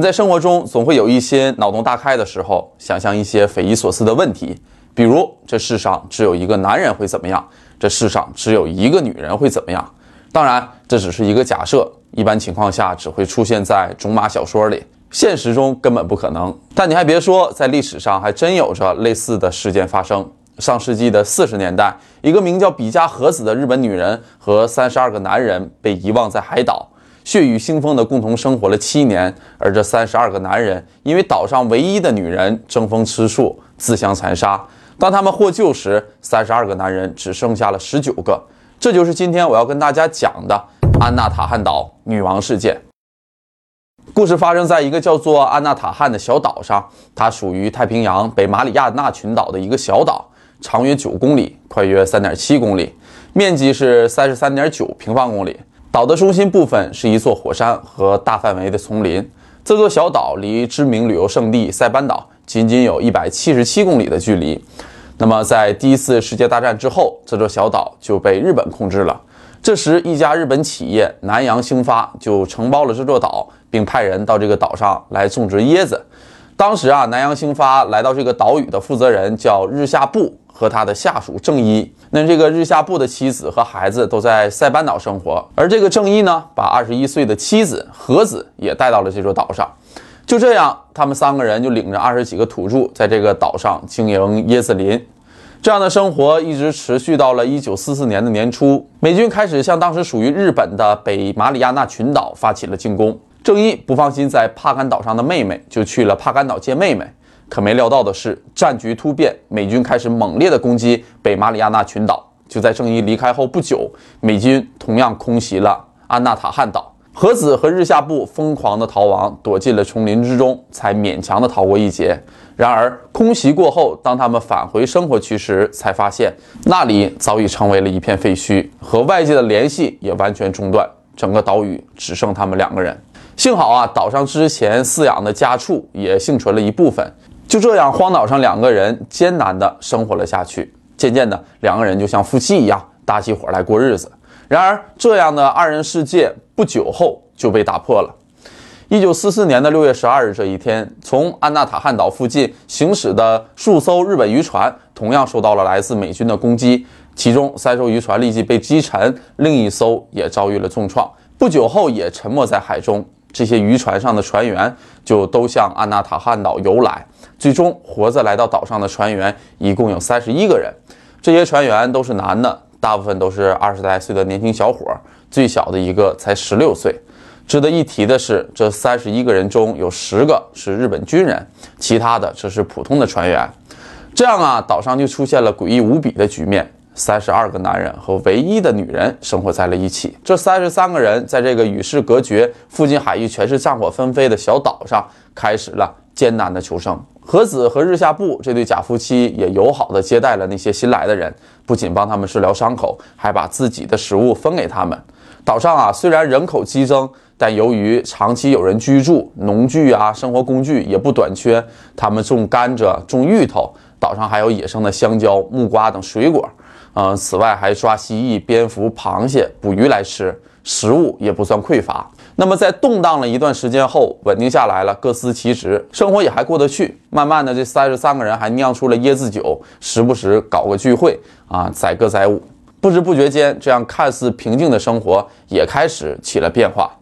在生活中总会有一些脑洞大开的时候，想象一些匪夷所思的问题，比如这世上只有一个男人会怎么样？这世上只有一个女人会怎么样？当然，这只是一个假设，一般情况下只会出现在种马小说里，现实中根本不可能。但你还别说，在历史上还真有着类似的事件发生。上世纪的40年代，一个名叫比嘉和子的日本女人和32个男人被遗忘在海岛，血雨腥风地共同生活了7年，而这32个男人因为岛上唯一的女人争风吃醋，自相残杀。当他们获救时，32个男人只剩下了19个。这就是今天我要跟大家讲的安纳塔汉岛女王事件。故事发生在一个叫做安纳塔汉的小岛上，它属于太平洋北马里亚纳群岛的一个小岛，长约9公里，宽约3.7公里，面积是33.9平方公里。岛的中心部分是一座火山和大范围的丛林。这座小岛离知名旅游胜地塞班岛仅仅有177公里的距离。那么在第一次世界大战之后，这座小岛就被日本控制了。这时一家日本企业南洋兴发就承包了这座岛，并派人到这个岛上来种植椰子。当时南洋兴发来到这个岛屿的负责人叫日下部和他的下属正一。那这个日下部的妻子和孩子都在塞班岛生活，而这个正一呢，把21岁的妻子和子也带到了这座岛上。就这样，他们3个人就领着20几个土著在这个岛上经营椰子林。这样的生活一直持续到了1944年的年初，美军开始向当时属于日本的北马里亚纳群岛发起了进攻。正一不放心在帕干岛上的妹妹，就去了帕干岛见妹妹。可没料到的是，战局突变，美军开始猛烈的攻击北马里亚纳群岛。就在正一离开后不久，美军同样空袭了安纳塔汉岛。和子和日下部疯狂的逃亡，躲进了丛林之中，才勉强的逃过一劫。然而空袭过后，当他们返回生活区时，才发现那里早已成为了一片废墟，和外界的联系也完全中断，整个岛屿只剩他们2个人。幸好岛上之前饲养的家畜也幸存了一部分。就这样，荒岛上2个人艰难地生活了下去。渐渐的，2个人就像夫妻一样，搭起伙来过日子。然而，这样的2人世界不久后就被打破了。1944年的6月12日这一天，从安纳塔汉岛附近行驶的数艘日本渔船同样受到了来自美军的攻击，其中3艘渔船立即被击沉，另1艘也遭遇了重创，不久后也沉没在海中。这些渔船上的船员就都向安纳塔汉岛游来，最终活着来到岛上的船员一共有31个人。这些船员都是男的，大部分都是20来岁的年轻小伙，最小的一个才16岁。值得一提的是，这31个人中有10个是日本军人，其他的则是普通的船员。这样岛上就出现了诡异无比的局面：32个男人和唯一的女人生活在了一起。这33个人在这个与世隔绝、附近海域全是战火纷飞的小岛上，开始了艰难的求生。和子和日下部这对假夫妻也友好地接待了那些新来的人，不仅帮他们治疗伤口，还把自己的食物分给他们。岛上虽然人口激增，但由于长期有人居住，农具生活工具也不短缺，他们种甘蔗、种芋头，岛上还有野生的香蕉、木瓜等水果。此外还抓蜥蜴、蝙蝠、螃蟹、捕鱼来吃，食物也不算匮乏。那么在动荡了一段时间后，稳定下来了，各司其职，生活也还过得去。慢慢的，这33个人还酿出了椰子酒，时不时搞个聚会载歌载舞。不知不觉间，这样看似平静的生活也开始起了变化。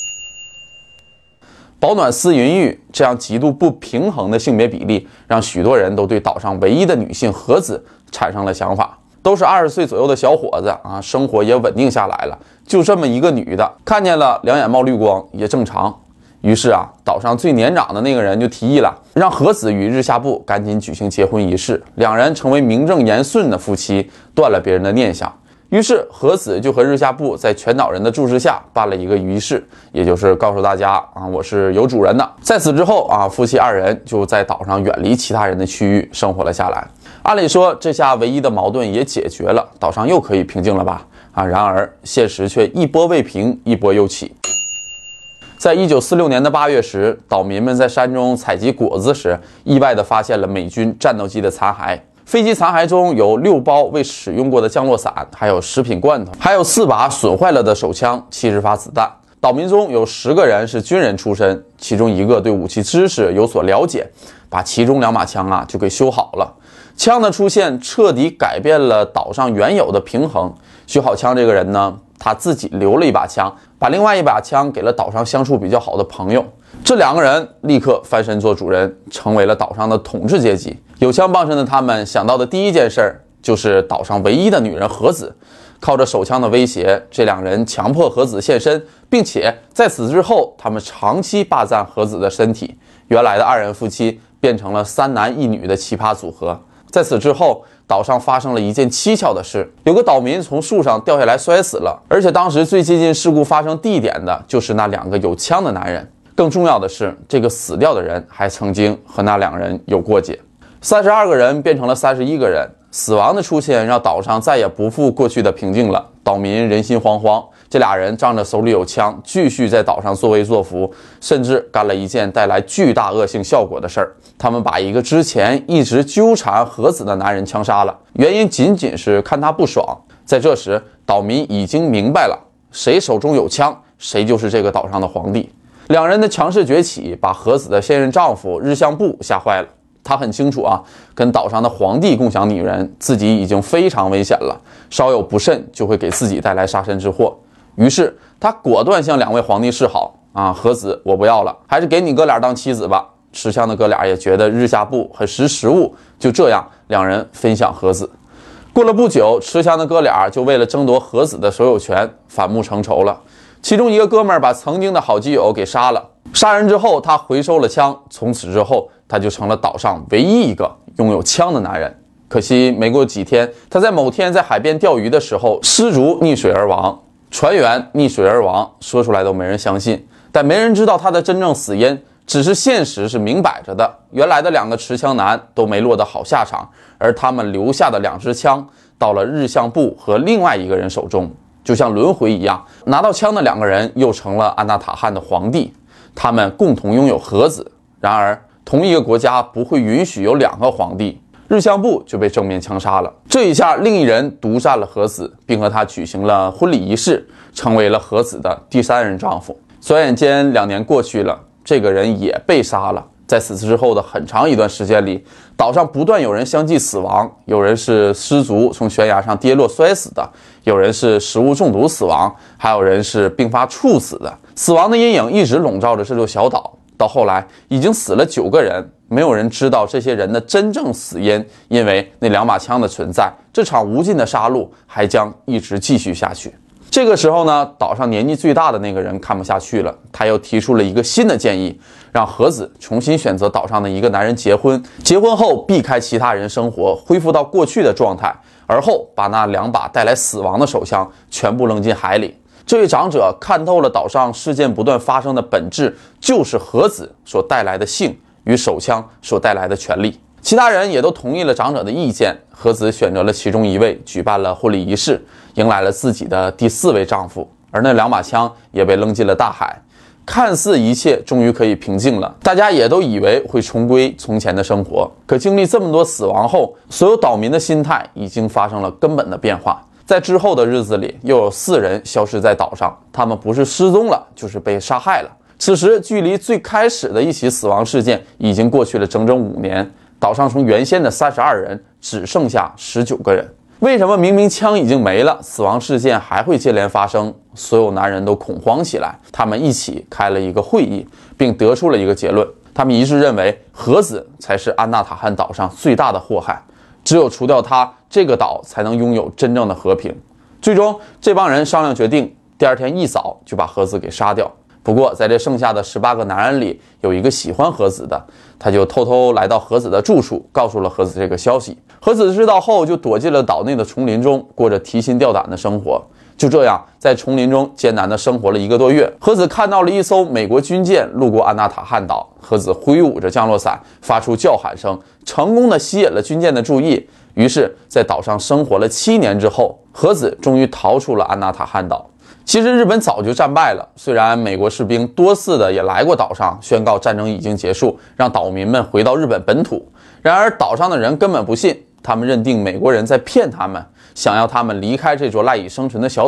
保暖思淫欲这样极度不平衡的性别比例，让许多人都对岛上唯一的女性和子产生了想法。都是20岁左右的小伙子生活也稳定下来了，就这么一个女的，看见了两眼冒绿光也正常。于是岛上最年长的那个人就提议了，让和子与日下部赶紧举行结婚仪式，两人成为名正言顺的夫妻，断了别人的念想。于是和子就和日下部在全岛人的注视下办了一个仪式，也就是告诉大家我是有主人的。在此之后夫妻2人就在岛上远离其他人的区域生活了下来。按理说这下唯一的矛盾也解决了，岛上又可以平静了吧？然而现实却一波未平一波又起。在1946年的8月时，岛民们在山中采集果子时，意外地发现了美军战斗机的残骸。飞机残骸中有6包未使用过的降落伞，还有食品罐头，还有4把损坏了的手枪、70发子弹。 岛民中有10个人是军人出身，其中1个对武器知识有所了解，把其中2把枪就给修好了。枪的出现彻底改变了岛上原有的平衡。修好枪这个人呢，他自己留了一把枪，把另外一把枪给了岛上相处比较好的朋友。这2个人立刻翻身做主人，成为了岛上的统治阶级。有枪傍身的他们想到的第一件事就是岛上唯一的女人和子。靠着手枪的威胁，这2人强迫和子现身，并且在此之后，他们长期霸占和子的身体。原来的2人夫妻变成了3男1女的奇葩组合。在此之后，岛上发生了一件蹊跷的事，有个岛民从树上掉下来摔死了，而且当时最接近事故发生地点的就是那2个有枪的男人。更重要的是，这个死掉的人还曾经和那2人有过节。32个人变成了31个人，死亡的出现让岛上再也不复过去的平静了，岛民人心惶惶。这2人仗着手里有枪，继续在岛上作威作福，甚至干了一件带来巨大恶性效果的事儿。他们把一个之前一直纠缠和子的男人枪杀了，原因仅仅是看他不爽。在这时，岛民已经明白了，谁手中有枪，谁就是这个岛上的皇帝。2人的强势崛起，把和子的现任丈夫日向部吓坏了。他很清楚跟岛上的皇帝共享女人，自己已经非常危险了，稍有不慎就会给自己带来杀身之祸。于是他果断向2位皇帝示好和子我不要了，还是给你哥俩当妻子吧。持枪的哥俩也觉得日下部很识时务，就这样2人分享和子。过了不久，持枪的哥俩就为了争夺和子的所有权反目成仇了。其中一个哥们儿把曾经的好基友给杀了，杀人之后他回收了枪，从此之后他就成了岛上唯一一个拥有枪的男人。可惜没过几天，他在某天在海边钓鱼的时候失足溺水而亡。船员溺水而亡，说出来都没人相信，但没人知道他的真正死因。只是现实是明摆着的，原来的2个持枪男都没落得好下场，而他们留下的2支枪到了日向部和另外一个人手中，就像轮回一样，拿到枪的2个人又成了安纳塔汗的皇帝。他们共同拥有和子，然而同一个国家不会允许有2个皇帝，日向部就被正面枪杀了。这一下，另一人独占了和子，并和他举行了婚礼仪式，成为了和子的第3任丈夫。转眼间2年过去了，这个人也被杀了。在此之后的很长一段时间里，岛上不断有人相继死亡，有人是失足从悬崖上跌落摔死的，有人是食物中毒死亡，还有人是并发猝死的。死亡的阴影一直笼罩着这座小岛，到后来已经死了9个人，没有人知道这些人的真正死因，因为那2把枪的存在，这场无尽的杀戮还将一直继续下去。这个时候呢，岛上年纪最大的那个人看不下去了，他又提出了一个新的建议，让和子重新选择岛上的一个男人结婚，结婚后避开其他人生活，恢复到过去的状态，而后把那2把带来死亡的手枪全部扔进海里。这位长者看透了岛上事件不断发生的本质，就是和子所带来的性与手枪所带来的权利。其他人也都同意了长者的意见，和子选择了其中一位，举办了婚礼仪式，迎来了自己的第4位丈夫，而那2把枪也被扔进了大海。看似一切终于可以平静了，大家也都以为会重归从前的生活。可经历这么多死亡后，所有岛民的心态已经发生了根本的变化。在之后的日子里，又有4人消失在岛上，他们不是失踪了，就是被杀害了。此时距离最开始的一起死亡事件已经过去了整整5年，岛上从原先的32人只剩下19个人。为什么明明枪已经没了，死亡事件还会接连发生？所有男人都恐慌起来，他们一起开了一个会议，并得出了一个结论。他们一致认为和子才是安纳塔汗岛上最大的祸害，只有除掉他，这个岛才能拥有真正的和平。最终这帮人商量决定，第2天一早就把和子给杀掉。不过在这剩下的18个男人里，有一个喜欢和子的，他就偷偷来到和子的住处，告诉了和子这个消息。和子知道后就躲进了岛内的丛林中，过着提心吊胆的生活。就这样在丛林中艰难地生活了1个多月。和子看到了一艘美国军舰路过安纳塔汗岛，和子挥舞着降落伞，发出叫喊声，成功地吸引了军舰的注意。于是在岛上生活了7年之后，和子终于逃出了安纳塔汗岛。其实日本早就战败了，虽然美国士兵多次的也来过岛上，宣告战争已经结束，让岛民们回到日本本土。然而岛上的人根本不信，他们认定美国人在骗他们，想要他们离开这座赖以生存的小岛，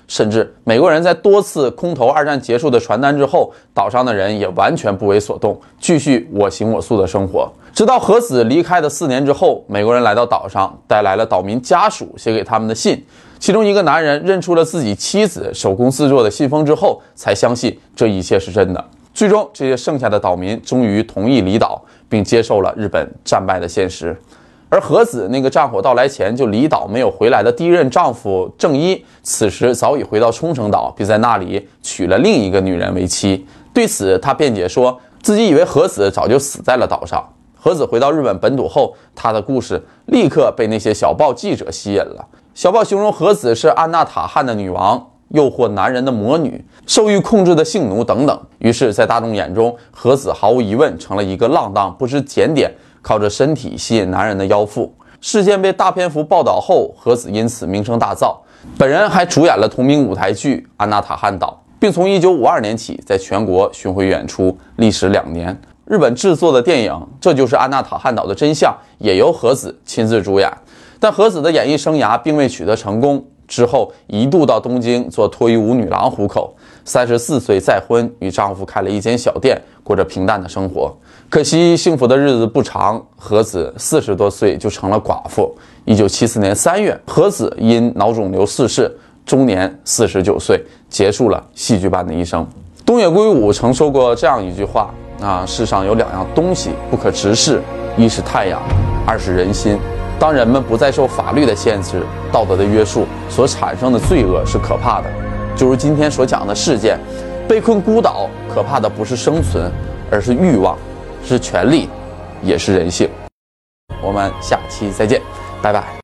甚至美国人在多次空投二战结束的传单之后，岛上的人也完全不为所动，继续我行我素的生活。直到核子离开的4年之后，美国人来到岛上，带来了岛民家属写给他们的信。其中一个男人认出了自己妻子手工制作的信封之后，才相信这一切是真的。最终，这些剩下的岛民终于同意离岛，并接受了日本战败的现实。而和子那个战火到来前就离岛没有回来的第一任丈夫正一，此时早已回到冲绳岛，并在那里娶了另一个女人为妻。对此，他辩解说自己以为和子早就死在了岛上。和子回到日本本土后，他的故事立刻被那些小报记者吸引了。小报形容和子是安娜塔汉的女王，诱惑男人的魔女，受欲控制的性奴等等。于是，在大众眼中，和子毫无疑问成了一个浪荡不知检点，靠着身体吸引男人的妖妇。事件被大篇幅报道后，和子因此名声大噪，本人还主演了同名舞台剧《安娜塔汉岛》，并从1952年起在全国巡回演出，历时2年。日本制作的电影《这就是安娜塔汉岛的真相》也由和子亲自主演，但和子的演艺生涯并未取得成功。之后一度到东京做脱衣舞女郎糊口，34岁再婚，与丈夫开了一间小店，过着平淡的生活。可惜幸福的日子不长，和子40多岁就成了寡妇。1974年3月，和子因脑肿瘤逝世，终年49岁，结束了戏剧般的一生。东野圭吾曾说过这样一句话世上有2样东西不可直视，一是太阳，二是人心。当人们不再受法律的限制、道德的约束，所产生的罪恶是可怕的。就如今天所讲的事件，被困孤岛，可怕的不是生存，而是欲望，是权力，也是人性。我们下期再见，拜拜。